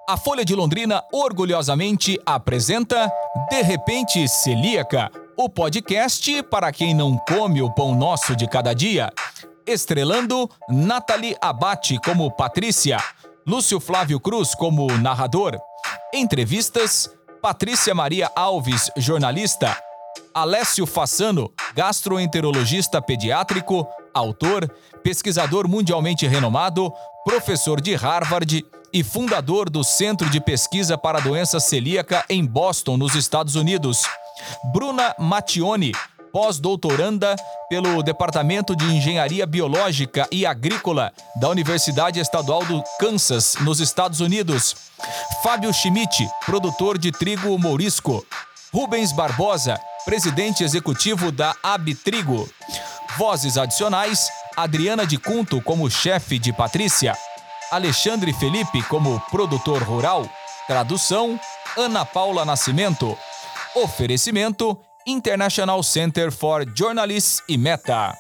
A Folha de Londrina orgulhosamente apresenta De Repente Celíaca, o podcast para quem não come o pão nosso de cada dia. Estrelando Nathalie Abate como Patrícia, Lúcio Flávio Cruz como narrador. Entrevistas, Patrícia Maria Alves, jornalista. Alessio Fassano, gastroenterologista pediátrico, autor, pesquisador mundialmente renomado, professor de Harvard e fundador do Centro de Pesquisa para a Doença Celíaca em Boston, nos Estados Unidos. Bruna Mattioni, pós-doutoranda pelo Departamento de Engenharia Biológica e Agrícola da Universidade Estadual do Kansas, nos Estados Unidos. Fábio Schmidt, produtor de trigo mourisco. Rubens Barbosa, presidente executivo da Abtrigo. Vozes adicionais, Adriana de Cunto como chefe de Patrícia. Alexandre Felipe como produtor rural. Tradução, Ana Paula Nascimento. Oferecimento, International Center for Journalists e Meta.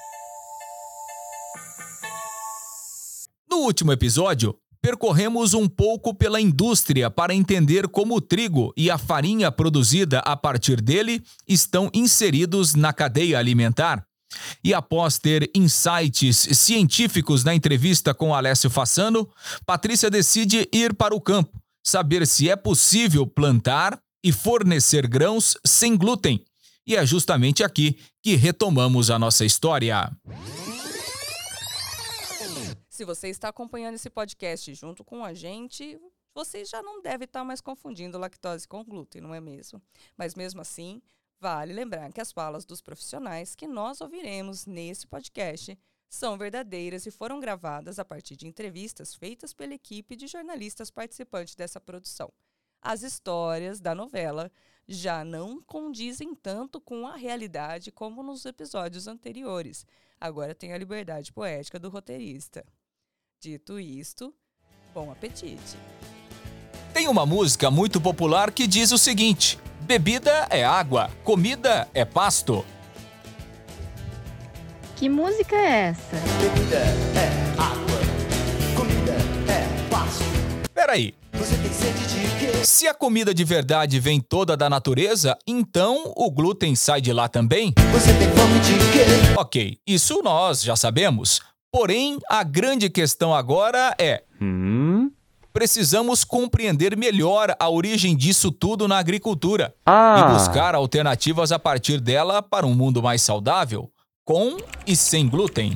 No último episódio, percorremos um pouco pela indústria para entender como o trigo e a farinha produzida a partir dele estão inseridos na cadeia alimentar. E após ter insights científicos na entrevista com Alessio Fassano, Patrícia decide ir para o campo, saber se é possível plantar e fornecer grãos sem glúten. E é justamente aqui que retomamos a nossa história. Se você está acompanhando esse podcast junto com a gente, você já não deve estar mais confundindo lactose com glúten, não é mesmo? Mas mesmo assim, vale lembrar que as falas dos profissionais que nós ouviremos nesse podcast são verdadeiras e foram gravadas a partir de entrevistas feitas pela equipe de jornalistas participantes dessa produção. As histórias da novela já não condizem tanto com a realidade como nos episódios anteriores. Agora tem a liberdade poética do roteirista. Dito isto, bom apetite! Tem uma música muito popular que diz o seguinte: bebida é água, comida é pasto. Que música é essa? Bebida é água, comida é pasto. Peraí, Você tem sede de quê? se a comida de verdade vem toda da natureza, então o glúten sai de lá também? Você tem fome de quê? Ok, isso nós já sabemos. Porém, a grande questão agora é: precisamos compreender melhor a origem disso tudo na agricultura e buscar alternativas a partir dela para um mundo mais saudável, com e sem glúten.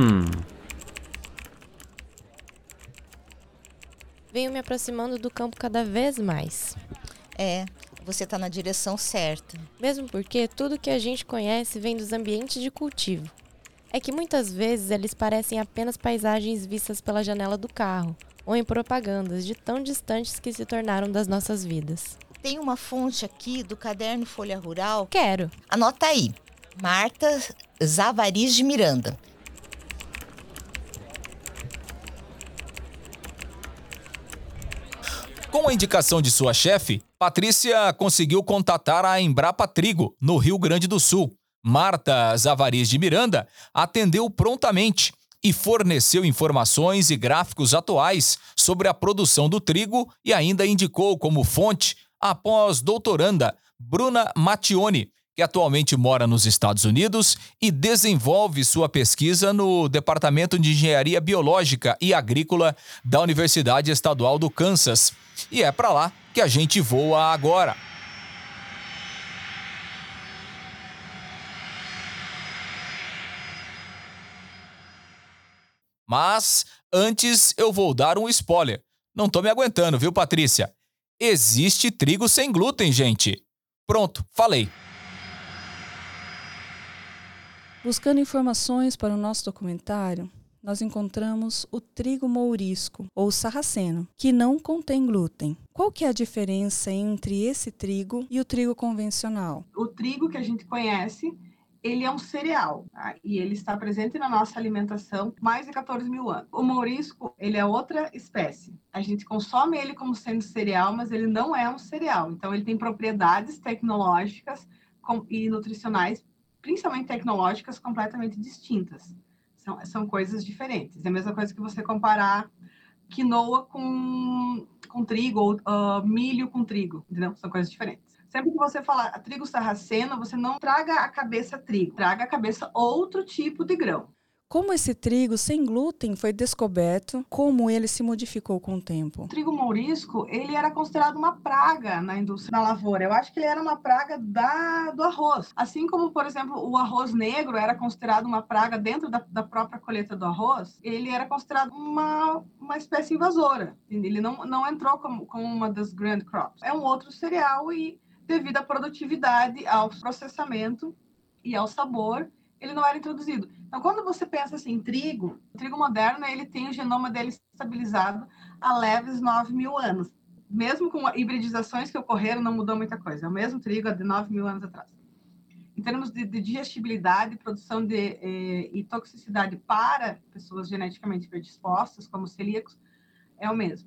Venho me aproximando do campo cada vez mais. Você está na direção certa. Mesmo porque tudo que a gente conhece vem dos ambientes de cultivo. É que muitas vezes eles parecem apenas paisagens vistas pela janela do carro, ou em propagandas de tão distantes que se tornaram das nossas vidas. Tem uma fonte aqui do caderno Folha Rural. Quero! Anota aí. Marta Zavariz de Miranda. Com a indicação de sua chefe, Patrícia conseguiu contatar a Embrapa Trigo, no Rio Grande do Sul. Marta Zavariz de Miranda atendeu prontamente e forneceu informações e gráficos atuais sobre a produção do trigo e ainda indicou como fonte a pós-doutoranda Bruna Mattioni, que atualmente mora nos Estados Unidos e desenvolve sua pesquisa no Departamento de Engenharia Biológica e Agrícola da Universidade Estadual do Kansas. E é para lá que a gente voa agora. Mas antes eu vou dar um spoiler. Não tô me aguentando, viu, Patrícia? Existe trigo sem glúten, gente. Pronto, falei. Buscando informações para o nosso documentário, nós encontramos o trigo mourisco, ou sarraceno, que não contém glúten. Qual que é a diferença entre esse trigo e o trigo convencional? O trigo que a gente conhece, ele é um cereal, tá? E ele está presente na nossa alimentação há mais de 14 mil anos. O mourisco, ele é outra espécie. A gente consome ele como sendo cereal, mas ele não é um cereal. Então, ele tem propriedades tecnológicas e nutricionais, principalmente tecnológicas, completamente distintas. São coisas diferentes. É a mesma coisa que você comparar quinoa com trigo ou milho com trigo, entendeu? São coisas diferentes. Sempre que você falar trigo sarraceno, você não traga a cabeça trigo, traga a cabeça outro tipo de grão. Como esse trigo sem glúten foi descoberto, como ele se modificou com o tempo? O trigo mourisco, ele era considerado uma praga na indústria da lavoura. Eu acho que ele era uma praga do arroz. Assim como, por exemplo, o arroz negro era considerado uma praga dentro da própria colheita do arroz, ele era considerado uma espécie invasora. Ele não entrou como uma das grand crops. É um outro cereal e, devido à produtividade, ao processamento e ao sabor, ele não era introduzido. Então, quando você pensa assim, em trigo, o trigo moderno, ele tem o genoma dele estabilizado há leves 9.000 anos. Mesmo com hibridizações que ocorreram, não mudou muita coisa. É o mesmo trigo há de 9.000 anos atrás. Em termos de digestibilidade, produção e toxicidade para pessoas geneticamente predispostas, como celíacos, é o mesmo.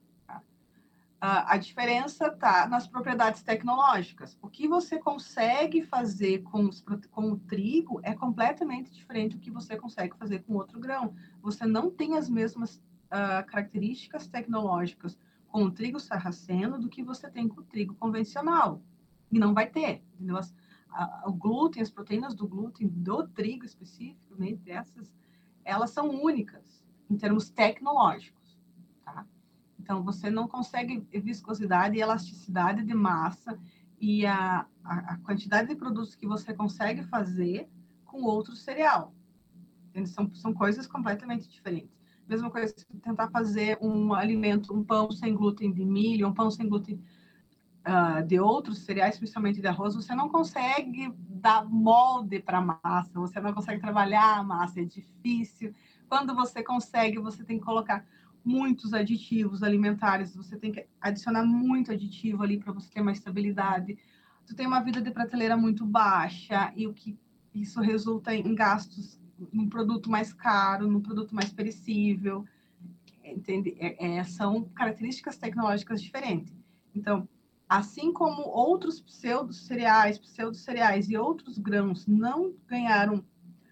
A diferença está nas propriedades tecnológicas. O que você consegue fazer com o trigo é completamente diferente do que você consegue fazer com outro grão. Você não tem as mesmas características tecnológicas com o trigo sarraceno do que você tem com o trigo convencional. E não vai ter. Entendeu? O glúten, as proteínas do glúten, do trigo especificamente, elas são únicas em termos tecnológicos. Tá? Então, você não consegue viscosidade e elasticidade de massa e a quantidade de produtos que você consegue fazer com outro cereal. São coisas completamente diferentes. Mesma coisa se tentar fazer um alimento, um pão sem glúten de milho, um pão sem glúten de outros cereais, principalmente de arroz, você não consegue dar molde para a massa, você não consegue trabalhar a massa, é difícil. Quando você consegue, você tem que colocar muitos aditivos alimentares, você tem que adicionar muito aditivo ali para você ter uma estabilidade. Tu tem uma vida de prateleira muito baixa e o que isso resulta em gastos num produto mais caro, num produto mais perecível, entende? São características tecnológicas diferentes. Então, assim como outros pseudo-cereais e outros grãos não ganharam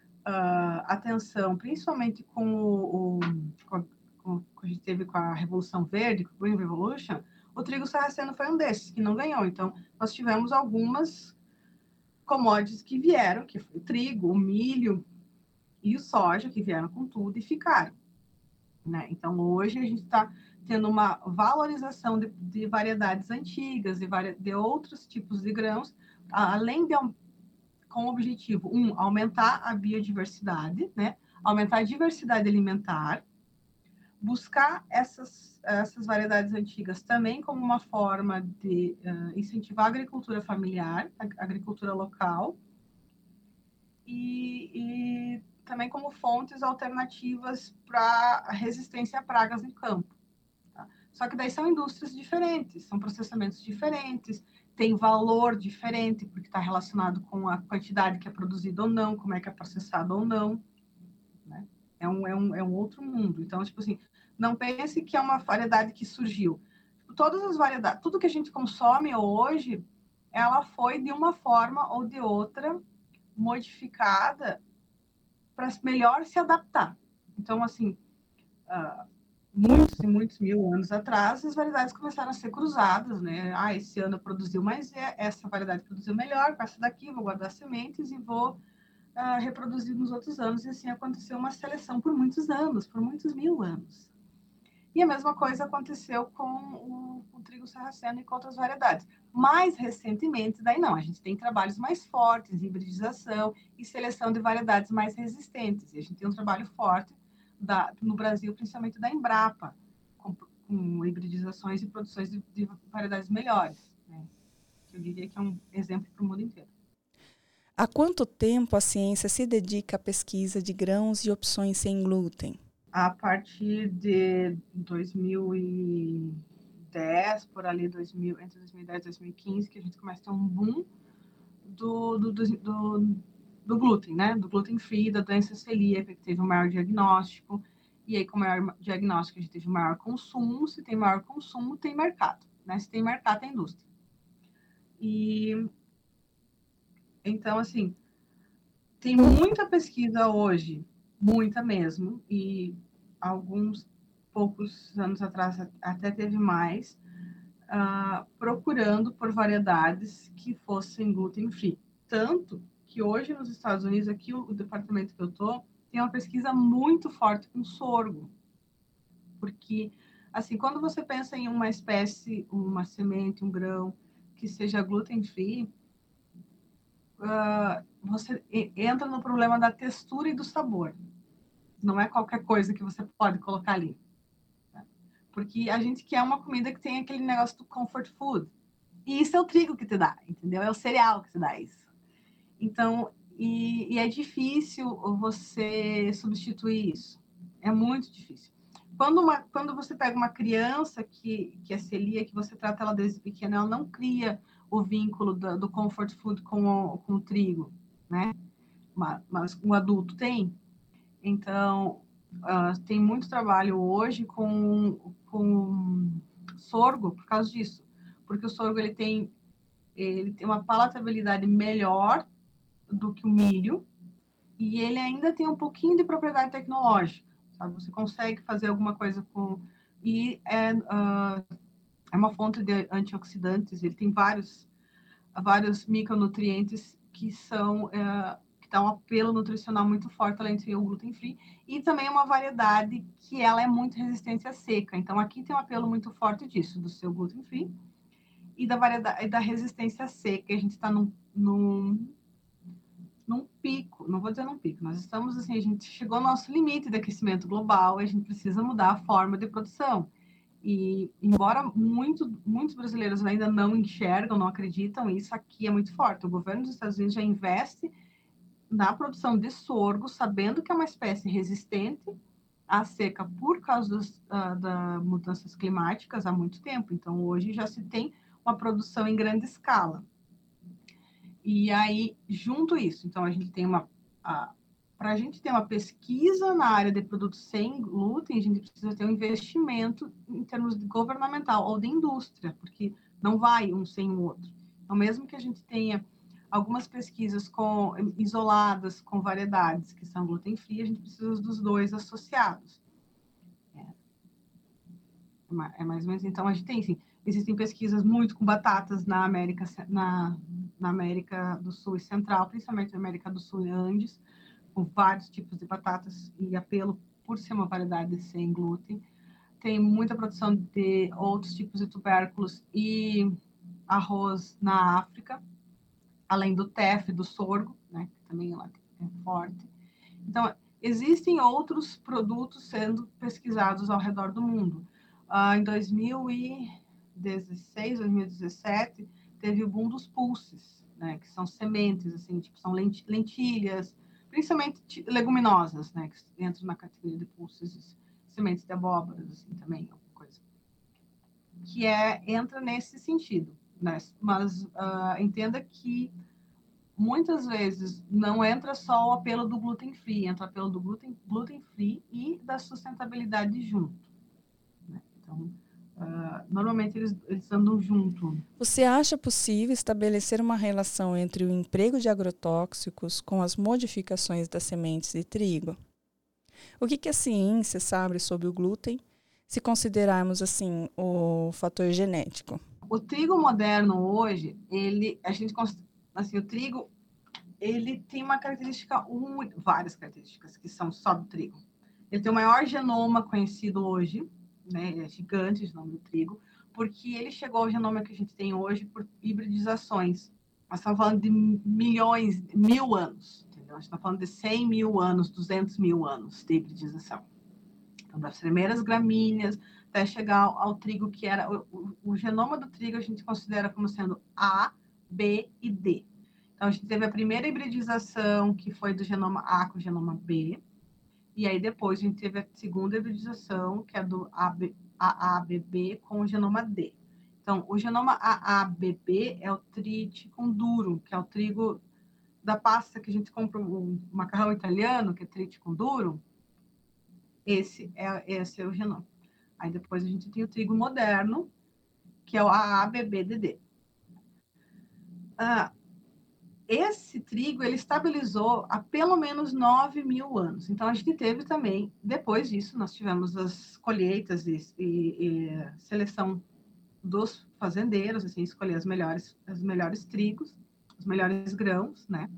atenção, principalmente com a gente teve com a Revolução Verde, com o Green Revolution, o trigo sarraceno foi um desses que não ganhou. Então, nós tivemos algumas commodities que vieram, que foi o trigo, o milho e o soja, que vieram com tudo e ficaram. Né? Então, hoje a gente está tendo uma valorização de variedades antigas, de outros tipos de grãos, além de, com o objetivo, aumentar a biodiversidade, né? Aumentar a diversidade alimentar, buscar essas variedades antigas também como uma forma de incentivar a agricultura familiar, a agricultura local, e também como fontes alternativas para a resistência a pragas no campo. Tá? Só que daí são indústrias diferentes, são processamentos diferentes, tem valor diferente, porque está relacionado com a quantidade que é produzida ou não, como é que é processado ou não. Né? É um outro mundo. Então, tipo assim, não pense que é uma variedade que surgiu. Todas as variedades, tudo que a gente consome hoje, ela foi de uma forma ou de outra modificada para melhor se adaptar. Então, assim, muitos e muitos mil anos atrás, as variedades começaram a ser cruzadas, né? Esse ano produziu mais, essa variedade produziu melhor, com essa daqui, vou guardar sementes e vou reproduzir nos outros anos. E assim aconteceu uma seleção por muitos anos, por muitos mil anos. E a mesma coisa aconteceu com o trigo sarraceno e com outras variedades. Mais recentemente, daí não, a gente tem trabalhos mais fortes, hibridização e seleção de variedades mais resistentes. E a gente tem um trabalho forte no Brasil, principalmente da Embrapa, com hibridizações e produções de variedades melhores. Né? Eu diria que é um exemplo para o mundo inteiro. Há quanto tempo a ciência se dedica à pesquisa de grãos e opções sem glúten? A partir de 2010, por ali, entre 2010 e 2015, que a gente começa a ter um boom do glúten, né? Do gluten free, da doença celíaca, que teve o maior diagnóstico. E aí, com o maior diagnóstico, a gente teve o maior consumo. Se tem maior consumo, tem mercado. Né? Se tem mercado, tem indústria. E então, assim, tem muita pesquisa hoje, muita mesmo, e poucos anos atrás, até teve mais, procurando por variedades que fossem gluten free. Tanto que hoje nos Estados Unidos, aqui o departamento que eu estou, tem uma pesquisa muito forte com sorgo. Porque, assim, quando você pensa em uma espécie, uma semente, um grão que seja gluten free, você entra no problema da textura e do sabor. Não é qualquer coisa que você pode colocar ali. Porque a gente quer uma comida que tem aquele negócio do comfort food. E isso é o trigo que te dá, entendeu? É o cereal que te dá isso. Então, e é difícil você substituir isso. É muito difícil. Quando você pega uma criança que é celíaca, que você trata ela desde pequena, ela não cria o vínculo do comfort food com o trigo, né? Mas um adulto tem. Então, tem muito trabalho hoje com sorgo por causa disso. Porque o sorgo ele tem uma palatabilidade melhor do que o milho e ele ainda tem um pouquinho de propriedade tecnológica, sabe? Você consegue fazer alguma coisa com... E é uma fonte de antioxidantes, ele tem vários micronutrientes que dá um apelo nutricional muito forte, além de ser o gluten free, e também uma variedade que ela é muito resistente à seca. Então, aqui tem um apelo muito forte disso, do seu gluten free, e da variedade da resistência à seca. A gente está num pico, não vou dizer num pico, nós estamos assim, a gente chegou ao nosso limite de aquecimento global, e a gente precisa mudar a forma de produção. E, embora muitos brasileiros ainda não enxergam, não acreditam, isso aqui é muito forte. O governo dos Estados Unidos já investe na produção de sorgo, sabendo que é uma espécie resistente à seca por causa das mudanças climáticas há muito tempo. Então, hoje já se tem uma produção em grande escala. E aí, junto isso, então a gente tem para a gente ter uma pesquisa na área de produtos sem glúten, a gente precisa ter um investimento em termos de governamental ou de indústria, porque não vai um sem o outro. Então, mesmo que a gente tenha algumas pesquisas isoladas com variedades que são gluten free, a gente precisa dos dois associados. É mais ou menos. Então, a gente tem, sim, existem pesquisas muito com batatas na América do Sul e Central, principalmente na América do Sul e Andes, com vários tipos de batatas e apelo por ser uma variedade sem glúten. Tem muita produção de outros tipos de tubérculos e arroz na África, além do teff, do sorgo, né, que também é forte. Então, existem outros produtos sendo pesquisados ao redor do mundo. Em 2016, 2017, teve o boom dos pulses, né, que são sementes, assim, tipo, são lentilhas, principalmente leguminosas, né, que entram na categoria de pulses, sementes de abóboras, assim, também, alguma coisa. Que entra nesse sentido, né? Mas entenda que muitas vezes não entra só o apelo do gluten free, entra o apelo do gluten free e da sustentabilidade junto. Então, normalmente eles andam junto. Você acha possível estabelecer uma relação entre o emprego de agrotóxicos com as modificações das sementes de trigo? O que a ciência sabe sobre o glúten, se considerarmos assim o fator genético? O trigo moderno hoje, o trigo, ele tem uma característica, várias características que são só do trigo. Ele tem o maior genoma conhecido hoje, né? Ele é gigante, o genoma do trigo, porque ele chegou ao genoma que a gente tem hoje por hibridizações. Nós estamos falando de mil anos, entendeu? A gente está falando de 100 mil anos, 200 mil anos de hibridização. Então, das primeiras gramíneas até chegar ao trigo, que era o genoma do trigo, a gente considera como sendo A, B e D. Então, a gente teve a primeira hibridização, que foi do genoma A com o genoma B, e aí depois a gente teve a segunda hibridização, que é do AABB com o genoma D. Então, o genoma AABB é o triticum durum, que é o trigo da pasta que a gente compra, o macarrão italiano, que é triticum durum. Esse é o genoma. Aí depois a gente tem o trigo moderno, que é o AABBDD. esse trigo, ele estabilizou há pelo menos 9.000 anos. Então, a gente teve também, depois disso, nós tivemos as colheitas e seleção dos fazendeiros, assim, escolher os melhores trigos, os melhores grãos, né?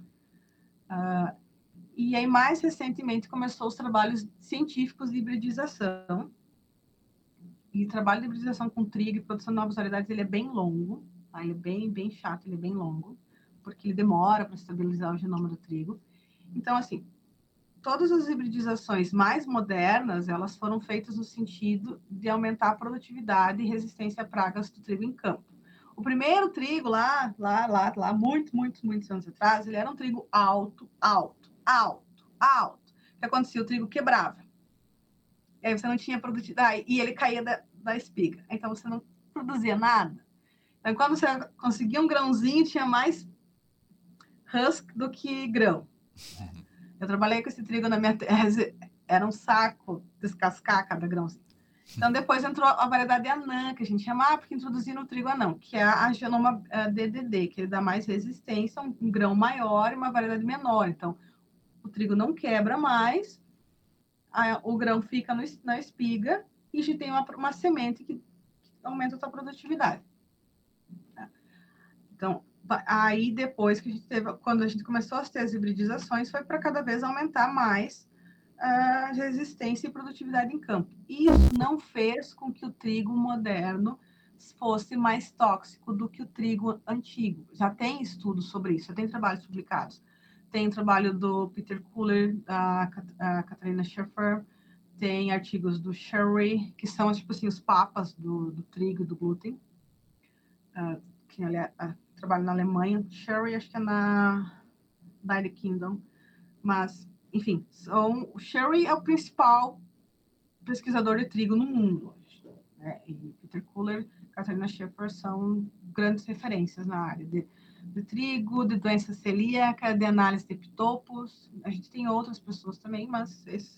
E aí, mais recentemente, começou os trabalhos científicos de hibridização. E o trabalho de hibridização com trigo e produção de novas variedades, ele é bem longo, tá? Ele é bem chato, ele é bem longo, porque ele demora para estabilizar o genoma do trigo. Então, assim, todas as hibridizações mais modernas, elas foram feitas no sentido de aumentar a produtividade e resistência a pragas do trigo em campo. O primeiro trigo lá, muitos anos atrás, ele era um trigo alto. O que acontecia? O trigo quebrava. E aí você não tinha produtividade, e ele caía da espiga. Então, você não produzia nada. Então, quando você conseguia um grãozinho, tinha mais husk do que grão. Eu trabalhei com esse trigo na minha tese, era um saco descascar cada grãozinho. Então, depois entrou a variedade anã, que a gente chama, porque introduziram o trigo anão, que é a genoma DDD, que ele dá mais resistência, um grão maior e uma variedade menor. Então, o trigo não quebra mais, o grão fica na espiga e a gente tem uma semente que aumenta a sua produtividade. Então, aí depois que a gente teve, quando a gente começou a ter as hibridizações, foi para cada vez aumentar mais a resistência e produtividade em campo. Isso não fez com que o trigo moderno fosse mais tóxico do que o trigo antigo. Já tem estudos sobre isso, já tem trabalhos publicados. Tem trabalho do Peter Kuller, da Katarina Schaeffer, tem artigos do Sherry, que são, tipo assim, os papas do trigo e do glúten, que trabalha na Alemanha. Sherry, acho que é na United Kingdom, mas, enfim, o Sherry é o principal pesquisador de trigo no mundo hoje, né? E Peter Kuller, Katarina Schaeffer são grandes referências na área de trigo, de doença celíaca, de análise de epitopos. A gente tem outras pessoas também, mas esses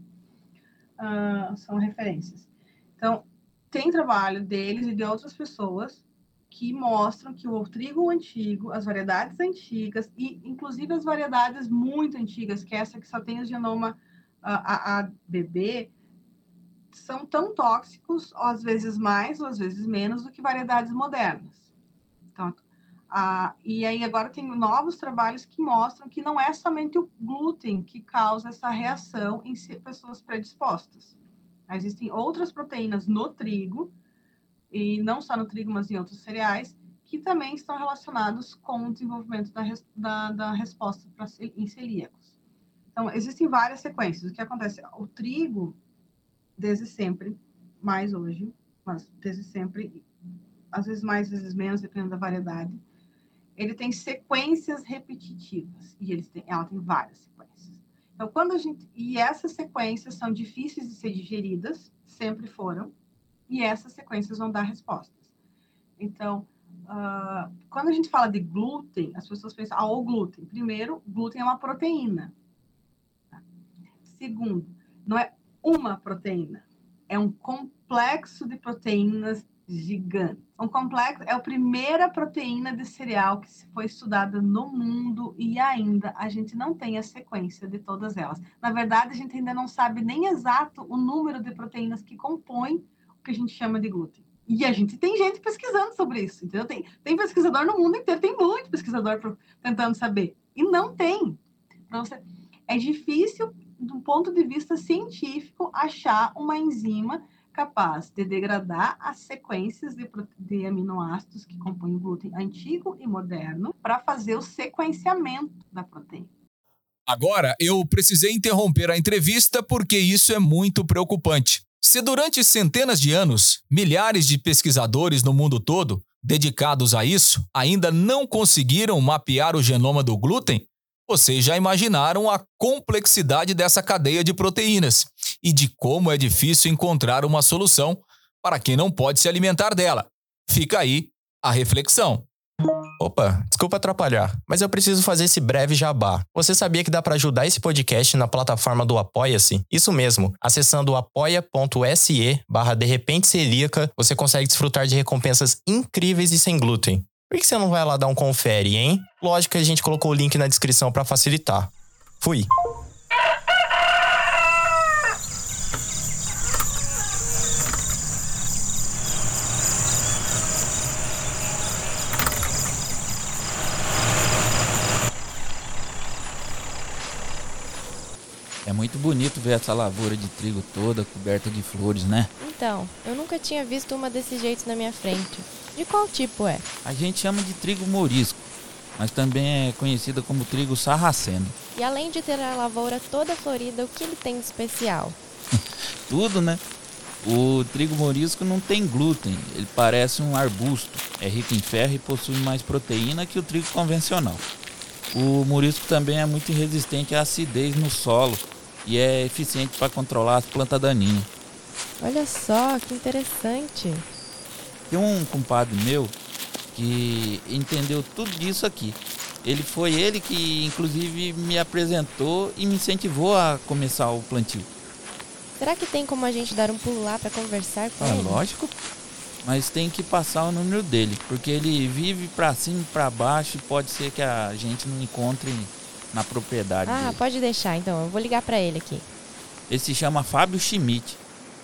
são referências. Então, tem trabalho deles e de outras pessoas que mostram que o trigo antigo, as variedades antigas e, inclusive, as variedades muito antigas, que é essa que só tem o genoma ABB, são tão tóxicos, ou às vezes mais, ou às vezes menos, do que variedades modernas. Então, e aí agora tem novos trabalhos que mostram que não é somente o glúten que causa essa reação em pessoas predispostas. Existem outras proteínas no trigo, e não só no trigo, mas em outros cereais, que também estão relacionados com o desenvolvimento da resposta em celíacos. Então, existem várias sequências. O que acontece? O trigo, desde sempre, mais hoje, mas desde sempre, às vezes mais, às vezes menos, dependendo da variedade, ele tem sequências repetitivas, e ela tem várias sequências. Então, e essas sequências são difíceis de ser digeridas, sempre foram, e essas sequências vão dar respostas. Então, quando a gente fala de glúten, as pessoas pensam, o glúten. Primeiro, glúten é uma proteína. Segundo, não é uma proteína, é um complexo de proteínas gigante. Um complexo é a primeira proteína de cereal que foi estudada no mundo e ainda a gente não tem a sequência de todas elas. Na verdade, a gente ainda não sabe nem exato o número de proteínas que compõem o que a gente chama de glúten. E a gente tem gente pesquisando sobre isso, entendeu? Tem pesquisador no mundo inteiro, tem muito pesquisador tentando saber. E não tem. É difícil, do ponto de vista científico, achar uma enzima capaz de degradar as sequências de aminoácidos que compõem o glúten antigo e moderno para fazer o sequenciamento da proteína. Agora, eu precisei interromper a entrevista porque isso é muito preocupante. Se durante centenas de anos, milhares de pesquisadores no mundo todo, dedicados a isso, ainda não conseguiram mapear o genoma do glúten, vocês já imaginaram a complexidade dessa cadeia de proteínas e de como é difícil encontrar uma solução para quem não pode se alimentar dela. Fica aí a reflexão. Opa, desculpa atrapalhar, mas eu preciso fazer esse breve jabá. Você sabia que dá para ajudar esse podcast na plataforma do Apoia-se? Isso mesmo, acessando apoia.se/derrepentecelíaca, você consegue desfrutar de recompensas incríveis e sem glúten. Por que você não vai lá dar um confere, hein? Lógico que a gente colocou o link na descrição pra facilitar. Fui! É muito bonito ver essa lavoura de trigo toda coberta de flores, né? Então, eu nunca tinha visto uma desse jeito na minha frente. De qual tipo é? A gente chama de trigo mourisco, mas também é conhecida como trigo sarraceno. E além de ter a lavoura toda florida, o que ele tem de especial? Tudo, né? O trigo mourisco não tem glúten, ele parece um arbusto, é rico em ferro e possui mais proteína que o trigo convencional. O mourisco também é muito resistente à acidez no solo e é eficiente para controlar as plantas daninhas. Olha só, que interessante. Tem um compadre meu que entendeu tudo disso aqui. Foi ele que, inclusive, me apresentou e me incentivou a começar o plantio. Será que tem como a gente dar um pulo lá para conversar com ele? Lógico, mas tem que passar o número dele, porque ele vive para cima e para baixo e pode ser que a gente não encontre na propriedade dele. Pode deixar, então. Eu vou ligar para ele aqui. Ele se chama Fábio Schmidt.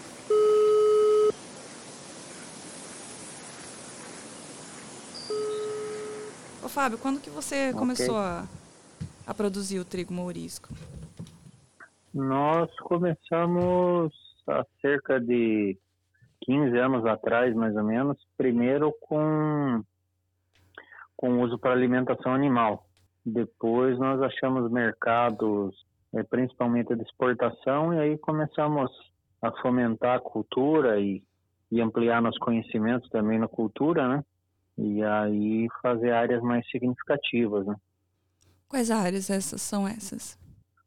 Ô Fábio, quando que você começou a produzir o trigo mourisco? Nós começamos há cerca de 15 anos atrás, mais ou menos, primeiro com uso para alimentação animal. Depois nós achamos mercados, principalmente de exportação, e aí começamos a fomentar a cultura e ampliar nossos conhecimentos também na cultura, né? E aí fazer áreas mais significativas, né? Quais áreas são essas?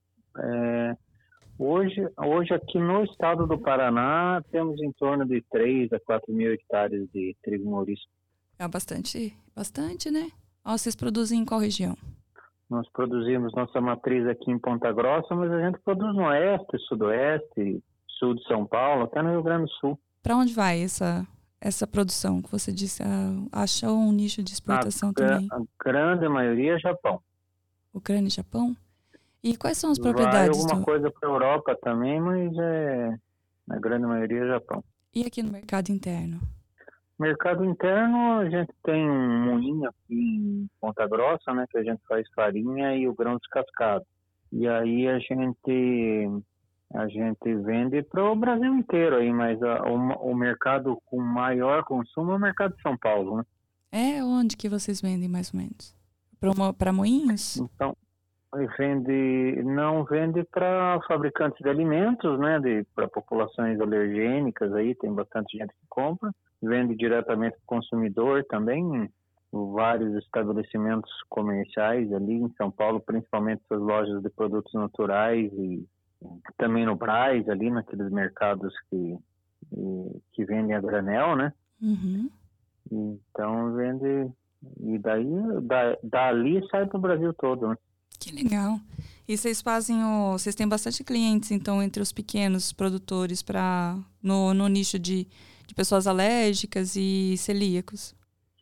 Hoje aqui no estado do Paraná temos em torno de 3 a 4 mil hectares de trigo mourisco. É bastante, né? Vocês produzem em qual região? Nós produzimos nossa matriz aqui em Ponta Grossa, mas a gente produz no oeste, sudoeste, sul de São Paulo, até no Rio Grande do Sul. Para onde vai essa produção que você disse? Achou um nicho de exportação também? A grande maioria é Japão. Ucrânia e Japão? E quais são as propriedades? Vai alguma coisa para a Europa também, mas a grande maioria é Japão. E aqui no mercado interno? Mercado interno, a gente tem um moinho aqui em Ponta Grossa, né, que a gente faz farinha e o grão descascado. E aí a gente vende para o Brasil inteiro aí, mas o mercado com maior consumo é o mercado de São Paulo, né? Onde que vocês vendem mais ou menos? Para moinhos? Então, não vende para fabricantes de alimentos, né, para populações alergênicas aí, tem bastante gente que compra. Vende diretamente para o consumidor também, vários estabelecimentos comerciais ali em São Paulo, principalmente as lojas de produtos naturais e também no Brás, ali naqueles mercados que vendem a granel, né? Uhum. Então vende, e daí dali sai para o Brasil todo, né? Que legal. E vocês vocês têm bastante clientes, então, entre os pequenos produtores no nicho de pessoas alérgicas e celíacos?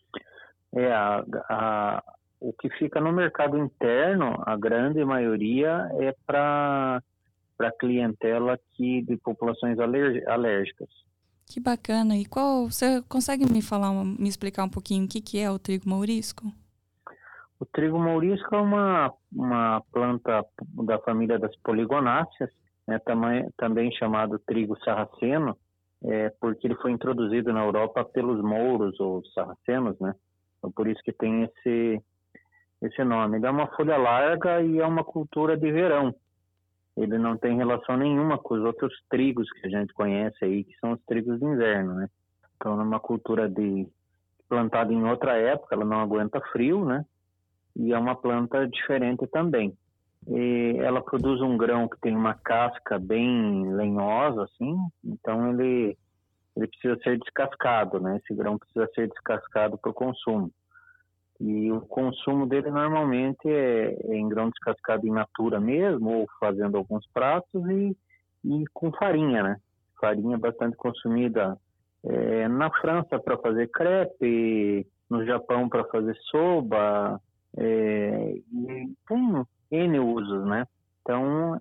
O que fica no mercado interno, a grande maioria é para clientela de populações alérgicas. Que bacana. E você consegue me explicar um pouquinho o que é o trigo mourisco? O trigo mourisco é uma planta da família das poligonáceas, né, também chamado trigo sarraceno, porque ele foi introduzido na Europa pelos mouros ou sarracenos, né? Então, por isso que tem esse nome. Ele é uma folha larga e é uma cultura de verão. Ele não tem relação nenhuma com os outros trigos que a gente conhece aí, que são os trigos de inverno, né? Então, é uma cultura plantada em outra época, ela não aguenta frio, né? E é uma planta diferente também. E ela produz um grão que tem uma casca bem lenhosa, assim, então ele precisa ser descascado, né? Esse grão precisa ser descascado para o consumo. E o consumo dele normalmente é em grão descascado in natura mesmo, ou fazendo alguns pratos e com farinha, né? Farinha bastante consumida na França para fazer crepe, no Japão para fazer soba, e tem N usos, né? Então,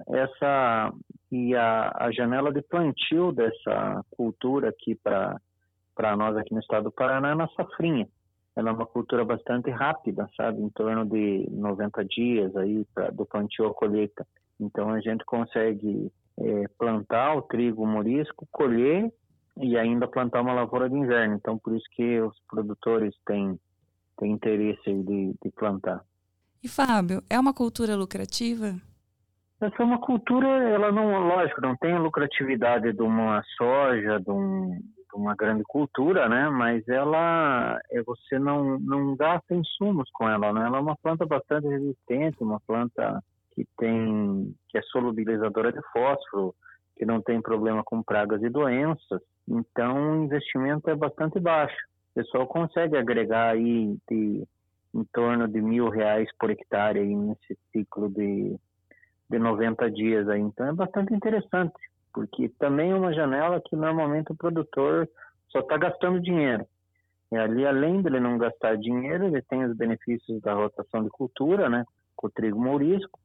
a janela de plantio dessa cultura aqui para nós aqui no estado do Paraná é na safrinha. Ela é uma cultura bastante rápida, sabe? Em torno de 90 dias aí do plantio à colheita. Então, a gente consegue plantar o trigo morisco, colher e ainda plantar uma lavoura de inverno. Então, por isso que os produtores têm interesse aí de plantar. E, Fábio, é uma cultura lucrativa? Essa é uma cultura, ela não, lógico, não tem a lucratividade de uma soja, de uma grande cultura, né? Mas você não gasta insumos com ela, né? Ela é uma planta bastante resistente, uma planta que é solubilizadora de fósforo, que não tem problema com pragas e doenças. Então, o investimento é bastante baixo. O pessoal consegue agregar aí em torno de R$1.000 por hectare aí nesse ciclo de 90 dias aí. Então é bastante interessante, porque também é uma janela que normalmente o produtor só está gastando dinheiro. E ali, além dele não gastar dinheiro, ele tem os benefícios da rotação de cultura, né, com o trigo mourisco,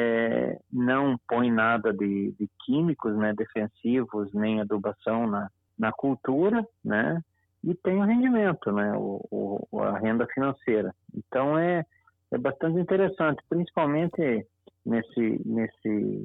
não põe nada de químicos, né, defensivos, nem adubação na cultura, né, e tem o rendimento, né, a renda financeira. Então é bastante interessante, principalmente nesse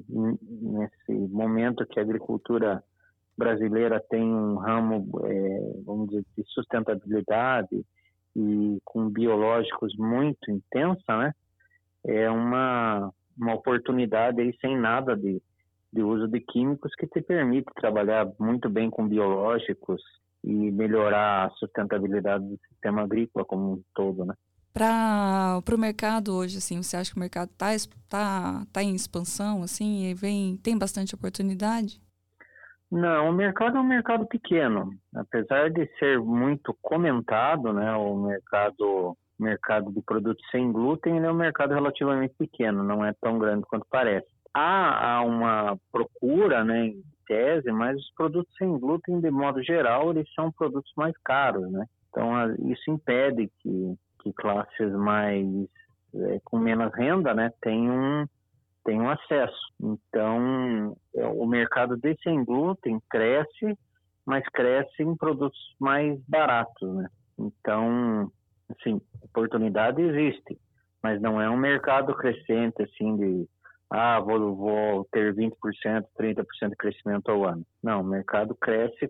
momento que a agricultura brasileira tem um ramo, vamos dizer, de sustentabilidade e com biológicos muito intensa, né? É uma oportunidade aí sem nada de uso de químicos que te permite trabalhar muito bem com biológicos e melhorar a sustentabilidade do sistema agrícola como um todo, né? Para o mercado hoje, assim, você acha que o mercado tá em expansão, assim, e tem bastante oportunidade? Não, o mercado é um mercado pequeno. Apesar de ser muito comentado, né, o mercado de produtos sem glúten, ele é um mercado relativamente pequeno, não é tão grande quanto parece. Há uma procura, né, em tese, mas os produtos sem glúten, de modo geral, eles são produtos mais caros, né? Então, isso impede que classes mais com menos renda, né, tenham acesso. Então, o mercado de sem glúten cresce, mas cresce em produtos mais baratos, né? Então, assim, oportunidade existe, mas não é um mercado crescente, assim, de vou ter 20%, 30% de crescimento ao ano. Não, o mercado cresce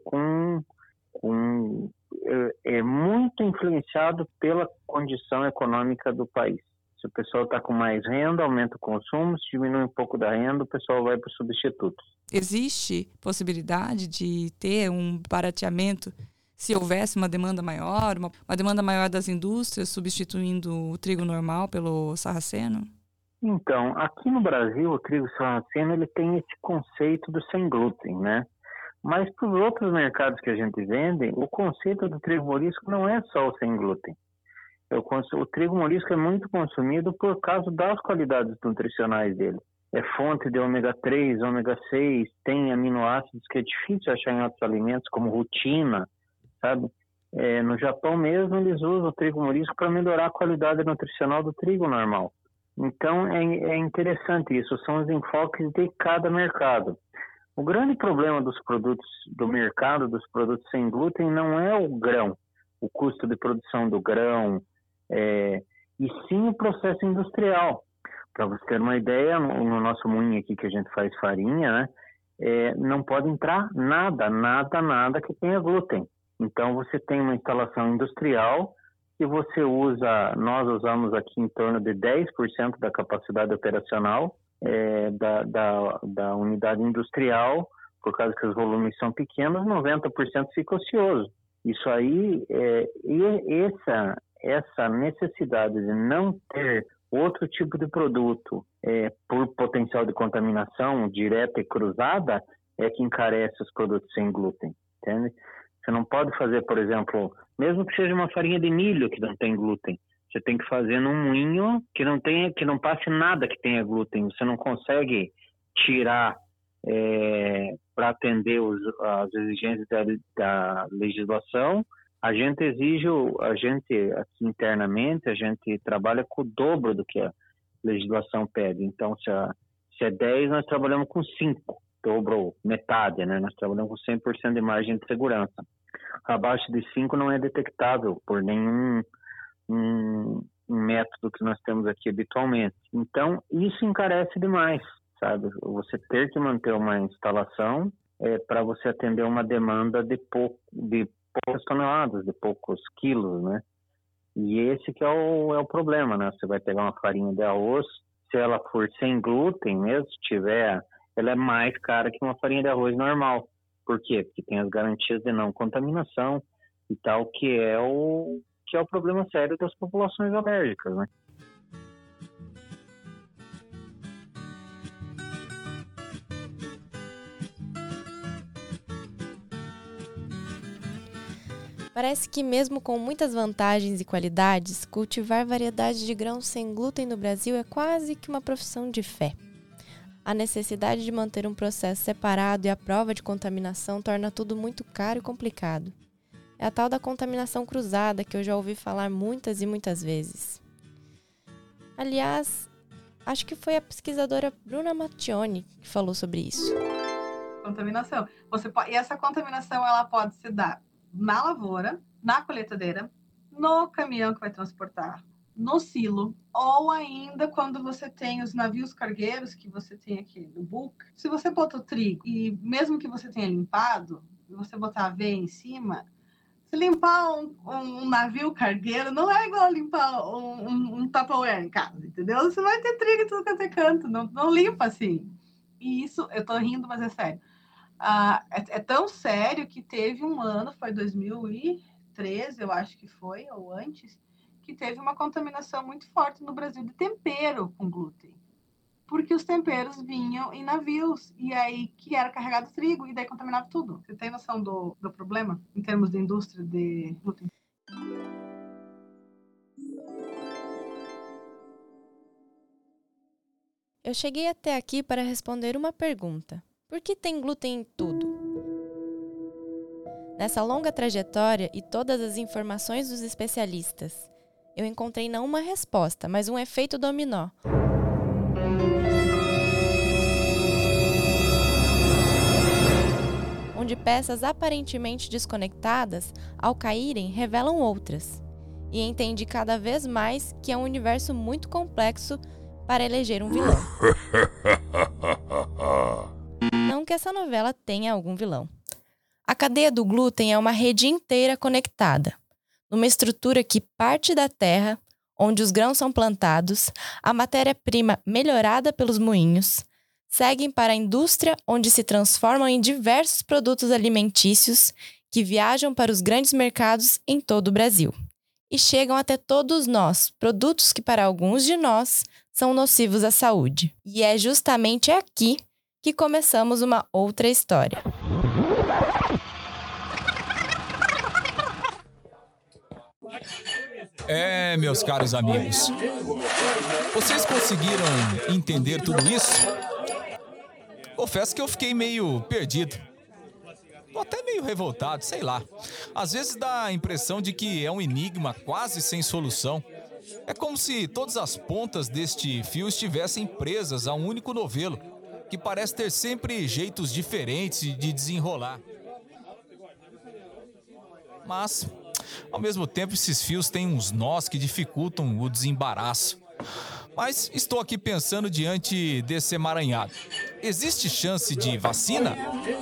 é muito influenciado pela condição econômica do país. Se o pessoal está com mais renda, aumenta o consumo, se diminui um pouco da renda, o pessoal vai para os substitutos. Existe possibilidade de ter um barateamento se houvesse uma demanda maior, uma demanda maior das indústrias substituindo o trigo normal pelo sarraceno? Então, aqui no Brasil, o trigo sarraceno ele tem esse conceito do sem glúten, né? Mas para os outros mercados que a gente vende, o conceito do trigo morisco não é só o sem glúten. O trigo morisco é muito consumido por causa das qualidades nutricionais dele. É fonte de ômega 3, ômega 6, tem aminoácidos que é difícil achar em outros alimentos, como rutina, sabe? No Japão mesmo, eles usam o trigo morisco para melhorar a qualidade nutricional do trigo normal. Então, é interessante isso, são os enfoques de cada mercado. O grande problema dos produtos do mercado, dos produtos sem glúten, não é o grão, o custo de produção do grão, e sim o processo industrial. Para você ter uma ideia, no nosso moinho aqui que a gente faz farinha, né, não pode entrar nada que tenha glúten. Então você tem uma instalação industrial que nós usamos aqui em torno de 10% da capacidade operacional da unidade industrial, por causa que os volumes são pequenos, 90% fica ocioso. Isso aí, essa necessidade de não ter outro tipo de produto por potencial de contaminação direta e cruzada é que encarece os produtos sem glúten, entende? Você não pode fazer, por exemplo, mesmo que seja uma farinha de milho que não tem glúten, você tem que fazer num moinho que não passe nada que tenha glúten. Você não consegue tirar para atender as exigências da legislação A gente exige, aqui internamente, a gente trabalha com o dobro do que a legislação pede. Então, se é 10, nós trabalhamos com 5, dobro, metade, né? Nós trabalhamos com 100% de margem de segurança. Abaixo de 5 não é detectável por nenhum um método que nós temos aqui habitualmente. Então, isso encarece demais, sabe? Você ter que manter uma instalação para você atender uma demanda de poucas toneladas, de poucos quilos, né? E esse que é o problema, né? Você vai pegar uma farinha de arroz, se ela for sem glúten mesmo, se tiver, ela é mais cara que uma farinha de arroz normal. Por quê? Porque tem as garantias de não contaminação e tal, que é o problema sério das populações alérgicas, né? Parece que mesmo com muitas vantagens e qualidades, cultivar variedades de grãos sem glúten no Brasil é quase que uma profissão de fé. A necessidade de manter um processo separado e a prova de contaminação torna tudo muito caro e complicado. É a tal da contaminação cruzada que eu já ouvi falar muitas e muitas vezes. Aliás, acho que foi a pesquisadora Bruna Mattioni que falou sobre isso. Contaminação. E essa contaminação ela pode se dar na lavoura, na colheitadeira, no caminhão que vai transportar, no silo, ou ainda quando você tem os navios cargueiros que você tem aqui no bulk. Se você botar o trigo e mesmo que você tenha limpado, e você botar a aveia em cima, se limpar um navio cargueiro não é igual limpar um Tupperware em casa, entendeu? Você vai ter trigo em tudo que é canto, não limpa assim. E isso, eu tô rindo, mas é sério. É tão sério que teve um ano, foi 2013, eu acho que foi, ou antes, que teve uma contaminação muito forte no Brasil de tempero com glúten. Porque os temperos vinham em navios, e aí que era carregado trigo, e daí contaminava tudo. Você tem noção do problema em termos de indústria de glúten? Eu cheguei até aqui para responder uma pergunta. Por que tem glúten em tudo? Nessa longa trajetória e todas as informações dos especialistas, eu encontrei não uma resposta, mas um efeito dominó. Onde peças aparentemente desconectadas, ao caírem, revelam outras. E entendi cada vez mais que é um universo muito complexo para eleger um vilão. Não que essa novela tenha algum vilão. A cadeia do glúten é uma rede inteira conectada, numa estrutura que parte da terra, onde os grãos são plantados, a matéria-prima melhorada pelos moinhos, seguem para a indústria, onde se transformam em diversos produtos alimentícios que viajam para os grandes mercados em todo o Brasil. E chegam até todos nós, produtos que para alguns de nós são nocivos à saúde. E é justamente aqui que começamos uma outra história. Meus caros amigos, vocês conseguiram entender tudo isso? Confesso que eu fiquei meio perdido. Ou até meio revoltado, sei lá. Às vezes dá a impressão de que é um enigma quase sem solução. É como se todas as pontas deste fio estivessem presas a um único novelo, que parece ter sempre jeitos diferentes de desenrolar. Mas, ao mesmo tempo, esses fios têm uns nós que dificultam o desembaraço. Mas estou aqui pensando diante desse emaranhado. Existe chance de vacina?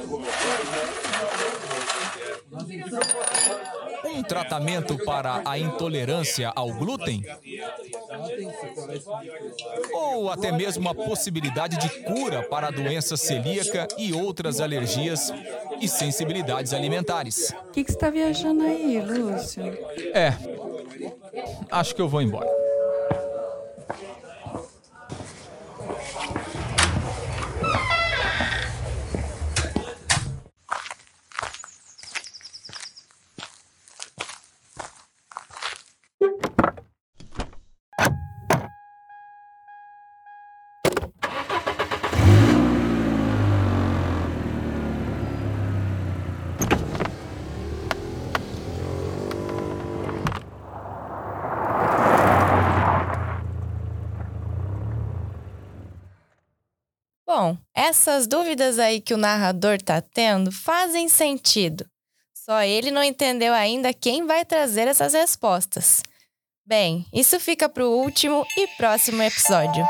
Um tratamento para a intolerância ao glúten? Ou até mesmo a possibilidade de cura para a doença celíaca e outras alergias e sensibilidades alimentares? O que você está viajando aí, Lúcio? Acho que eu vou embora. Essas dúvidas aí que o narrador tá tendo fazem sentido. Só ele não entendeu ainda quem vai trazer essas respostas. Bem, isso fica pro último e próximo episódio.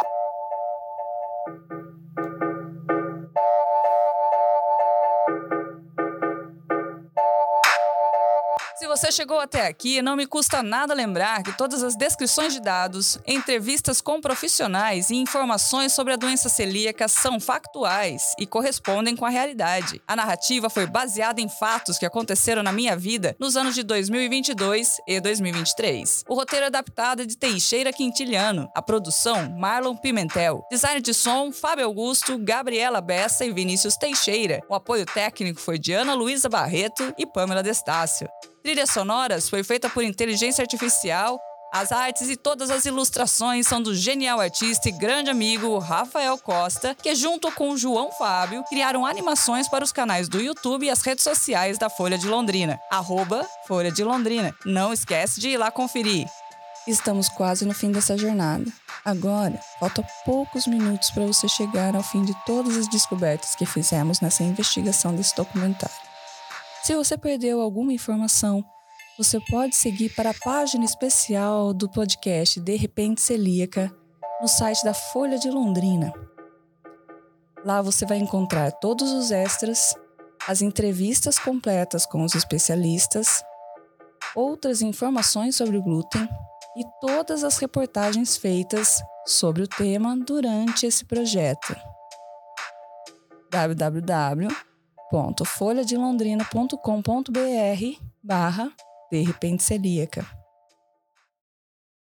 Se você chegou até aqui, não me custa nada lembrar que todas as descrições de dados, entrevistas com profissionais e informações sobre a doença celíaca são factuais e correspondem com a realidade. A narrativa foi baseada em fatos que aconteceram na minha vida nos anos de 2022 e 2023. O roteiro adaptado é de Teixeira Quintiliano. A produção, Marlon Pimentel. Design de som, Fábio Augusto, Gabriela Bessa e Vinícius Teixeira. O apoio técnico foi de Ana Luísa Barreto e Pamela Destácio. Trilhas sonoras foi feita por inteligência artificial. As artes e todas as ilustrações são do genial artista e grande amigo Rafael Costa, que junto com João Fábio, criaram animações para os canais do YouTube e as redes sociais da Folha de Londrina. @Folha de Londrina. Não esquece de ir lá conferir. Estamos quase no fim dessa jornada. Agora, faltam poucos minutos para você chegar ao fim de todas as descobertas que fizemos nessa investigação desse documentário. Se você perdeu alguma informação, você pode seguir para a página especial do podcast De Repente Celíaca no site da Folha de Londrina. Lá você vai encontrar todos os extras, as entrevistas completas com os especialistas, outras informações sobre o glúten e todas as reportagens feitas sobre o tema durante esse projeto. www.folhadelondrina.com.br/De Repente Celíaca.